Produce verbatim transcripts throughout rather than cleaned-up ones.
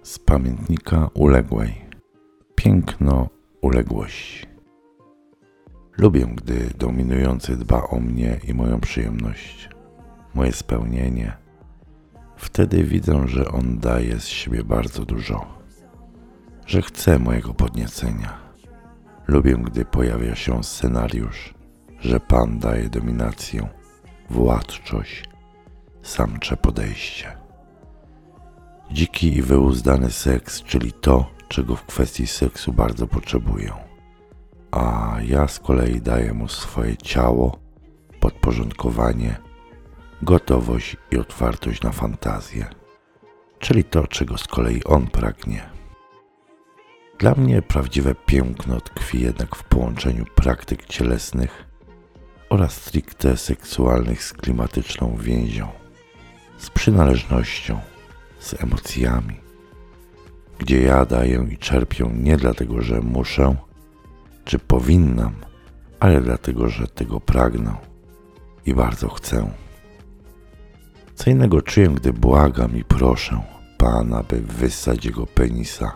Z pamiętnika uległej. Piękno uległości. Lubię, gdy dominujący dba o mnie i moją przyjemność, moje spełnienie. Wtedy widzę, że on daje z siebie bardzo dużo, że chce mojego podniecenia. Lubię, gdy pojawia się scenariusz, że Pan daje dominację, władczość, samcze podejście. Dziki i wyuzdany seks, czyli to, czego w kwestii seksu bardzo potrzebuję. A ja z kolei daję mu swoje ciało, podporządkowanie, gotowość i otwartość na fantazję, czyli to, czego z kolei on pragnie. Dla mnie prawdziwe piękno tkwi jednak w połączeniu praktyk cielesnych oraz stricte seksualnych z klimatyczną więzią, z przynależnością, z emocjami, gdzie ja daję i czerpię nie dlatego, że muszę, czy powinnam, ale dlatego, że tego pragnę i bardzo chcę. Co innego czuję, gdy błagam i proszę Pana, by wyssać jego penisa,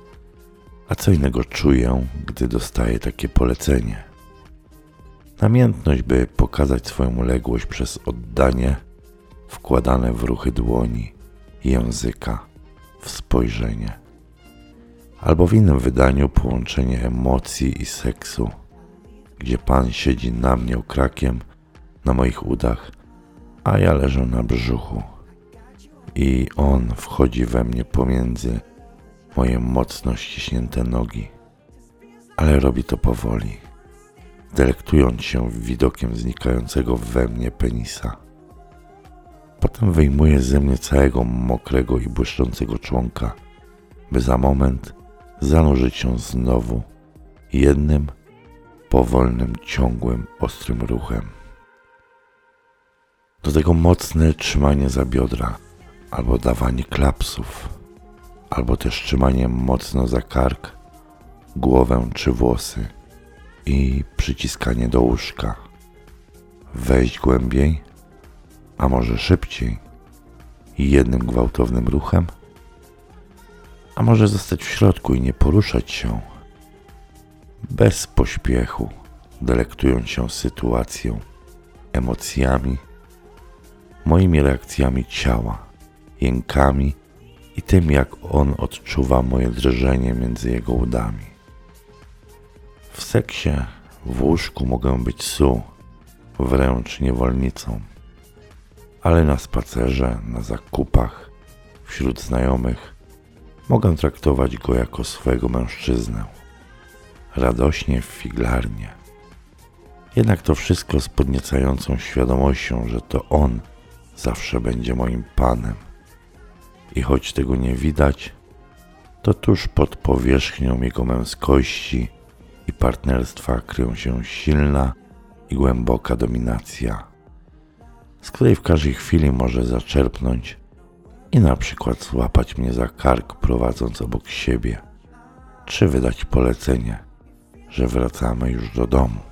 a co innego czuję, gdy dostaję takie polecenie. Namiętność, by pokazać swoją uległość przez oddanie wkładane w ruchy dłoni, języka, w spojrzenie. Albo w innym wydaniu połączenie emocji i seksu, gdzie Pan siedzi na mnie okrakiem, na moich udach, a ja leżę na brzuchu i On wchodzi we mnie pomiędzy moje mocno ściśnięte nogi, ale robi to powoli, delektując się widokiem znikającego we mnie penisa. Potem wyjmuje ze mnie całego mokrego i błyszczącego członka, by za moment zanurzyć się znowu jednym, powolnym, ciągłym, ostrym ruchem. Do tego mocne trzymanie za biodra, albo dawanie klapsów, albo też trzymanie mocno za kark, głowę czy włosy i przyciskanie do łóżka. Wejść głębiej, a może szybciej i jednym gwałtownym ruchem, a może zostać w środku i nie poruszać się, bez pośpiechu, delektując się sytuacją, emocjami, moimi reakcjami ciała, jękami i tym, jak on odczuwa moje drżenie między jego udami. W seksie, w łóżku mogę być su, wręcz niewolnicą, ale na spacerze, na zakupach, wśród znajomych mogę traktować go jako swojego mężczyznę, radośnie, figlarnie. Jednak to wszystko z podniecającą świadomością, że to on zawsze będzie moim Panem. I choć tego nie widać, to tuż pod powierzchnią jego męskości i partnerstwa kryją się silna i głęboka dominacja, z której w każdej chwili może zaczerpnąć i na przykład złapać mnie za kark, prowadząc obok siebie, czy wydać polecenie, że wracamy już do domu.